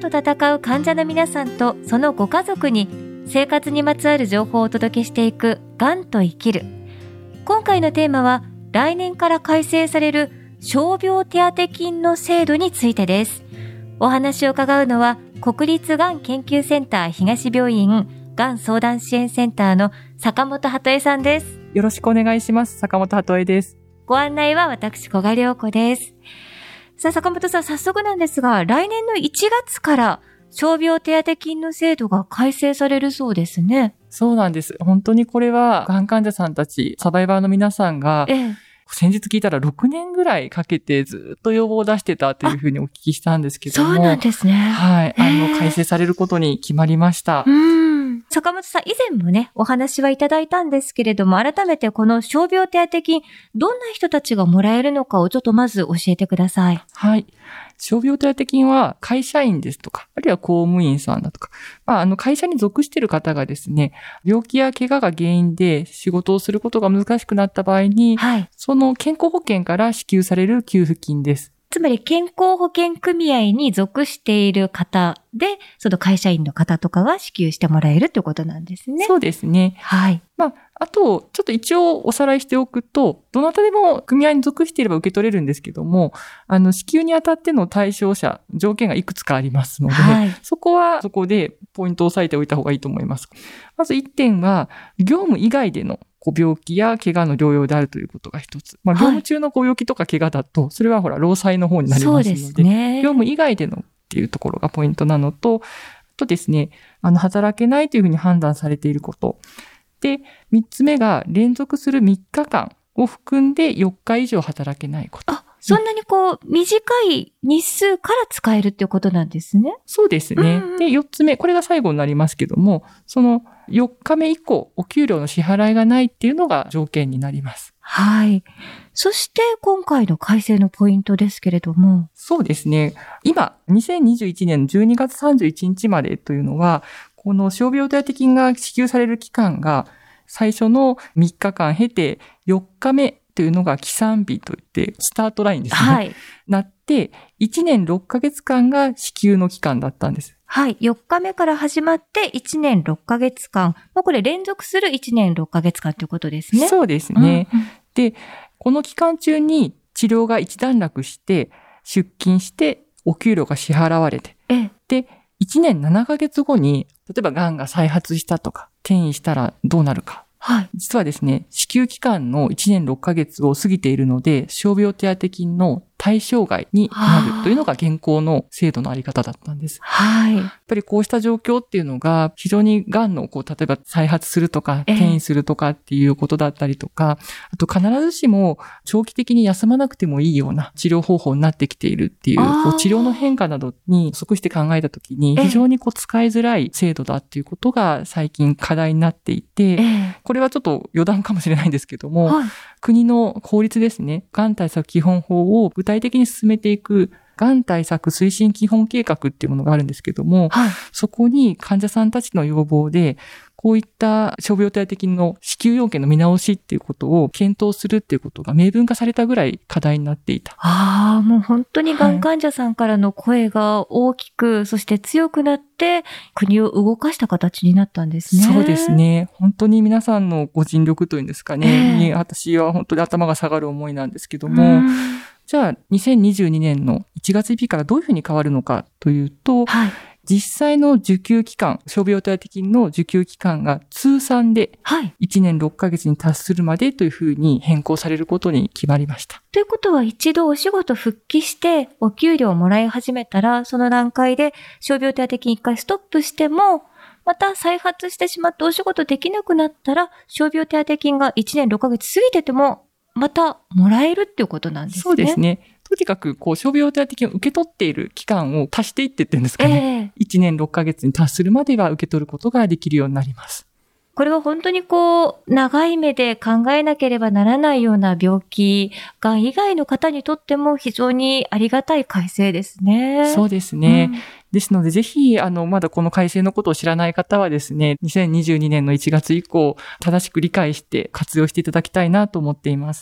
と闘う患者の皆さんとそのご家族に生活にまつわる情報をお届けしていくがんと生きる。今回のテーマは来年から改正される傷病手当金の制度についてです。お話を伺うのは国立がん研究センター東病院がん相談支援センターの坂本鳩恵さんです。 よろしくお願いします。坂本鳩恵です。 ご案内は私古賀良子です。さあ坂本さん、早速なんですが、来年の1月から傷病手当金の制度が改正されるそうですね。 そうなんです。本当にこれはがん患者さんたち、サバイバーの皆さんが、先日聞いたら6年ぐらいかけてずっと要望を出してたというふうにお聞きしたんですけども。 そうなんですね。 はい。改正されることに決まりました。 坂本さん、以前もね、お話はいただいたんですけれども、改めてこの傷病手当金、どんな人たちがもらえるのかをちょっとまず教えてください。 はい。傷病手当金は会社員ですとか、あるいは公務員さんだとか、会社に属している方がですね、病気や怪我が原因で仕事をすることが難しくなった場合に、その健康保険から支給される給付金です。 つまり健康保険組合に属している方で、その会社員の方とかが支給してもらえるということなんですね。 そうですね。 はい。 あと、ちょっと一応おさらいしておくと、どなたでも組合に属していれば受け取れるんですけども、支給にあたっての対象者、条件がいくつかありますので、そこはそこでポイントを押さえておいた方がいいと思います。まず1点は、業務以外でのご病気や怪我の療養であるということが一つ。業務中のご病気とか怪我だと、それは労災の方になりますので、業務以外でのっていうところがポイントなのと、あとですね、働けないというふうに判断されていること。で、3つ目が連続する3日間を含んで4日以上働けないこと。 そんなに短い日数から使えるっていうことなんですね。 そうですね。で、4つ目、これが最後になりますけども、その4日目以降、お給料の支払いがないっていうのが条件になります。 はい。そして今回の改正のポイントですけれども。 そうですね。今、2021年の12月31日までというのは、この傷病手当金が支給される期間が最初の3日間経て4日目というのが起算日といってスタートラインですね。なって1年6ヶ月間が支給の期間だったんです。 はい。4日目から始まって1年6ヶ月間。これ連続する1年6ヶ月間ということですね。 そうですね。で、この期間中に治療が一段落して出勤してお給料が支払われて。で、1年7ヶ月後に、例えば癌が再発したとか、転移したらどうなるか。実はですね、支給期間の1年6ヶ月を過ぎているので、傷病手当金の対象外になるというのが現行の制度のあり方だったんです。やっぱりこうした状況っていうのが、非常に癌の例えば再発するとか、転移するとかっていうことだったりとか、あと必ずしも長期的に休まなくてもいいような治療方法になってきているっていう、治療の変化などに即して考えたときに、非常に使いづらい制度だっていうことが最近課題になっていて、これはちょっと余談かもしれないんですけども、国の法律ですね、がん対策基本法を具体的に進めていくがん対策推進基本計画っていうものがあるんですけども、そこに患者さんたちの要望で、こういった傷病手当金の支給要件の見直しっていうことを検討するっていうことが明文化されたぐらい課題になっていた。 もう本当にがん患者さんからの声が大きく、そして強くなって国を動かした形になったんですね。 そうですね。本当に皆さんのご尽力というんですかね、に私は本当に頭が下がる思いなんですけども、じゃあ2022年の1月1日からどういうふうに変わるのかというと、実際の受給期間、傷病手当金の受給期間が通算で1年6ヶ月に達するまでというふうに変更されることに決まりました。 ということは一度お仕事復帰してお給料をもらい始めたら、その段階で傷病手当金一回ストップしても、また再発してしまってお仕事できなくなったら、傷病手当金が1年6ヶ月過ぎてても、またもらえるっていうことなんですね。 そうですね。とにかく、傷病手当金を受け取っている期間を足していってっていうんですかね。1年6ヶ月に達するまでは受け取ることができるようになります。 これは本当に長い目で考えなければならないような病気、がん以外の方にとっても非常にありがたい改正ですね。 そうですね。ですので、ぜひ、まだこの改正のことを知らない方はですね、2022年の1月以降、正しく理解して活用していただきたいなと思っています。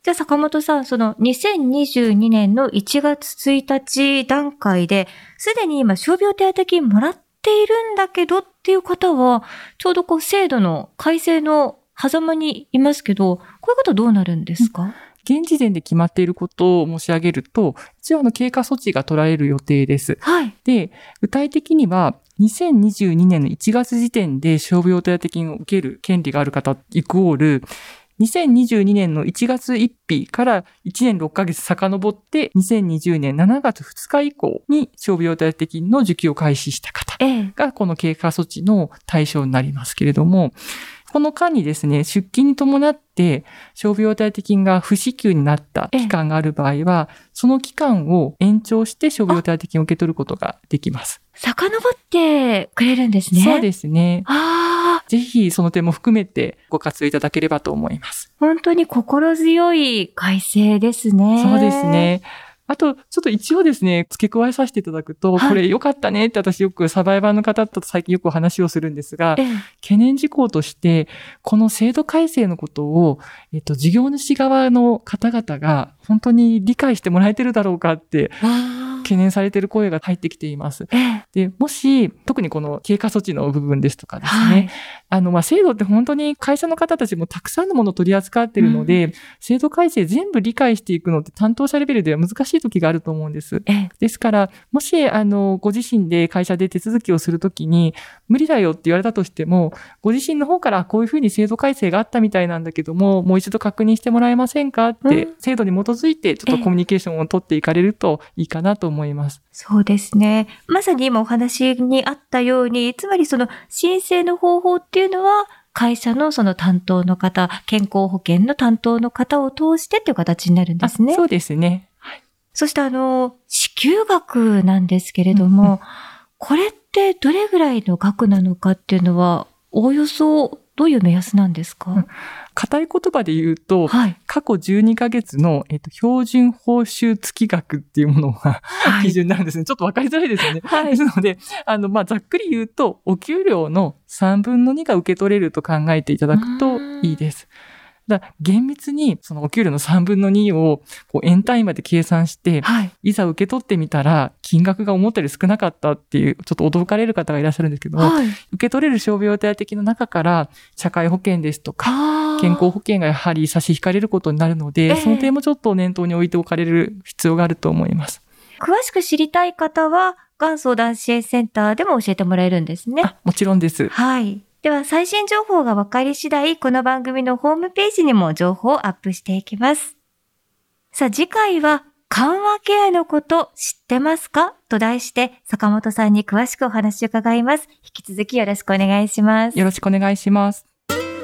じゃあ坂本さん、その2022年の1月1日段階で、すでに今傷病手当金もらっているんだけどっていう方は、ちょうど制度の改正の狭間にいますけど、こういうことどうなるんですか？ 現時点で決まっていることを申し上げると、一応経過措置が取られる予定です。 はい。 で、具体的には、2022年の1月時点で傷病手当金を受ける権利がある方イコール、2022年の1月1日から1年6ヶ月遡って、2020年7月2日以降に傷病手当金の受給を開始した方が、この経過措置の対象になりますけれども、この間にですね、出勤に伴って傷病手当金が不支給になった期間がある場合は、その期間を延長して傷病手当金を受け取ることができます。 遡ってくれるんですね。 そうですね。ぜひその点も含めてご活用いただければと思います。 本当に心強い改正ですね。 そうですね。あと、ちょっと一応ですね、付け加えさせていただくと、これ良かったねって私よくサバイバーの方と最近よくお話をするんですが、懸念事項として、この制度改正のことを、事業主側の方々が本当に理解してもらえてるだろうかって、懸念されている声が入ってきています。で、もし、特にこの経過措置の部分ですとかですね、制度って本当に会社の方たちもたくさんのものを取り扱っているので、制度改正全部理解していくのって担当者レベルでは難しい時があると思うんです。ですから、もし、ご自身で会社で手続きをするときに、無理だよって言われたとしても、ご自身の方からこういうふうに制度改正があったみたいなんだけども、もう一度確認してもらえませんかって、制度に基づいてちょっとコミュニケーションを取っていかれるといいかなと思います。 そうですね。まさに今お話にあったように、つまりその申請の方法っていうのは、会社のその担当の方、健康保険の担当の方を通してっていう形になるんですね。 そうですね。はい、 そして支給額なんですけれども、これってどれぐらいの額なのかっていうのは、おおよそどういう目安なんですか？ 固い言葉で言うと、過去12ヶ月の、標準報酬月額っていうものが、基準になるんですね。ちょっとわかりづらいですよね。ですので、ざっくり言うと、お給料の3分の2が受け取れると考えていただくといいです。厳密にそのお給料の3分の2を円単位まで計算して、いざ受け取ってみたら金額が思ったより少なかったっていうちょっと驚かれる方がいらっしゃるんですけども、受け取れる傷病手当金の中から社会保険ですとか健康保険がやはり差し引かれることになるので、その点もちょっと念頭に置いておかれる必要があると思います。 詳しく知りたい方はがん相談支援センターでも教えてもらえるんですね。 もちろんです。 では最新情報が分かり次第、この番組のホームページにも情報をアップしていきます。さあ次回は、緩和ケアのこと知ってますかと題して、坂本さんに詳しくお話を伺います。引き続きよろしくお願いします。 よろしくお願いします。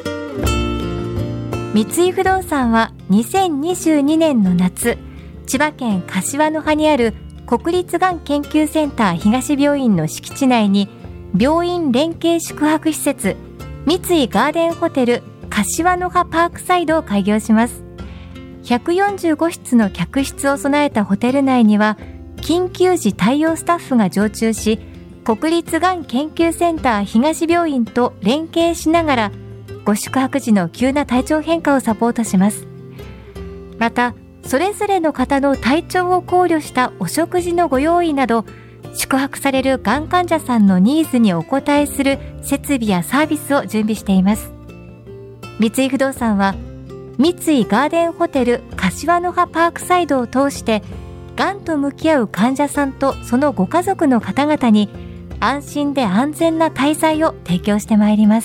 三井不動産は2022年の夏、千葉県柏の葉にある国立がん研究センター東病院の敷地内に、病院連携宿泊施設三井ガーデンホテル柏の葉パークサイドを開業します。145室の客室を備えたホテル内には緊急時対応スタッフが常駐し、国立がん研究センター東病院と連携しながらご宿泊時の急な体調変化をサポートします。またそれぞれの方の体調を考慮したお食事のご用意など、宿泊されるがん患者さんのニーズにお応えする設備やサービスを準備しています。三井不動産は三井ガーデンホテル柏の葉パークサイドを通して、がんと向き合う患者さんとそのご家族の方々に安心で安全な滞在を提供してまいります。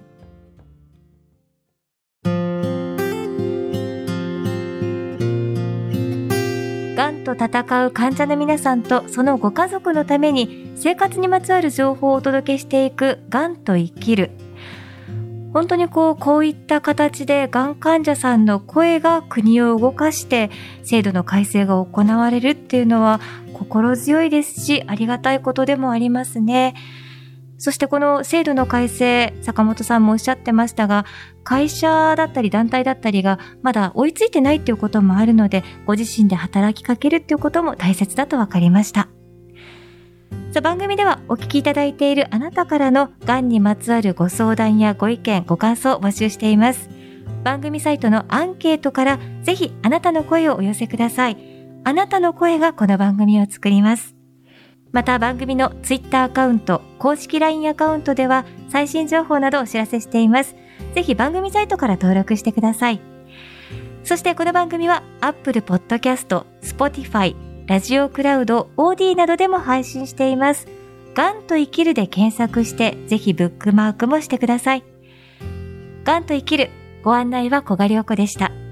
がんと闘う患者の皆さんとそのご家族のために生活にまつわる情報をお届けしていくがんと生きる。本当にこういった形でがん患者さんの声が国を動かして制度の改正が行われるっていうのは心強いですし、ありがたいことでもありますね。そしてこの制度の改正、坂本さんもおっしゃってましたが、会社だったり団体だったりがまだ追いついてないっていうこともあるので、ご自身で働きかけるっていうことも大切だと分かりました。さあ、番組ではお聞きいただいているあなたからのがんにまつわるご相談やご意見、ご感想を募集しています。 番組サイトのアンケートからぜひあなたの声をお寄せください。あなたの声がこの番組を作ります。また番組のツイッターアカウント、公式 LINE アカウントでは最新情報などをお知らせしています。ぜひ番組サイトから登録してください。そしてこの番組は Apple Podcast、Spotify、ラジオクラウド、OD などでも配信しています。がんと生きるで検索してぜひブックマークもしてください。がんと生きる、ご案内は小賀良子でした。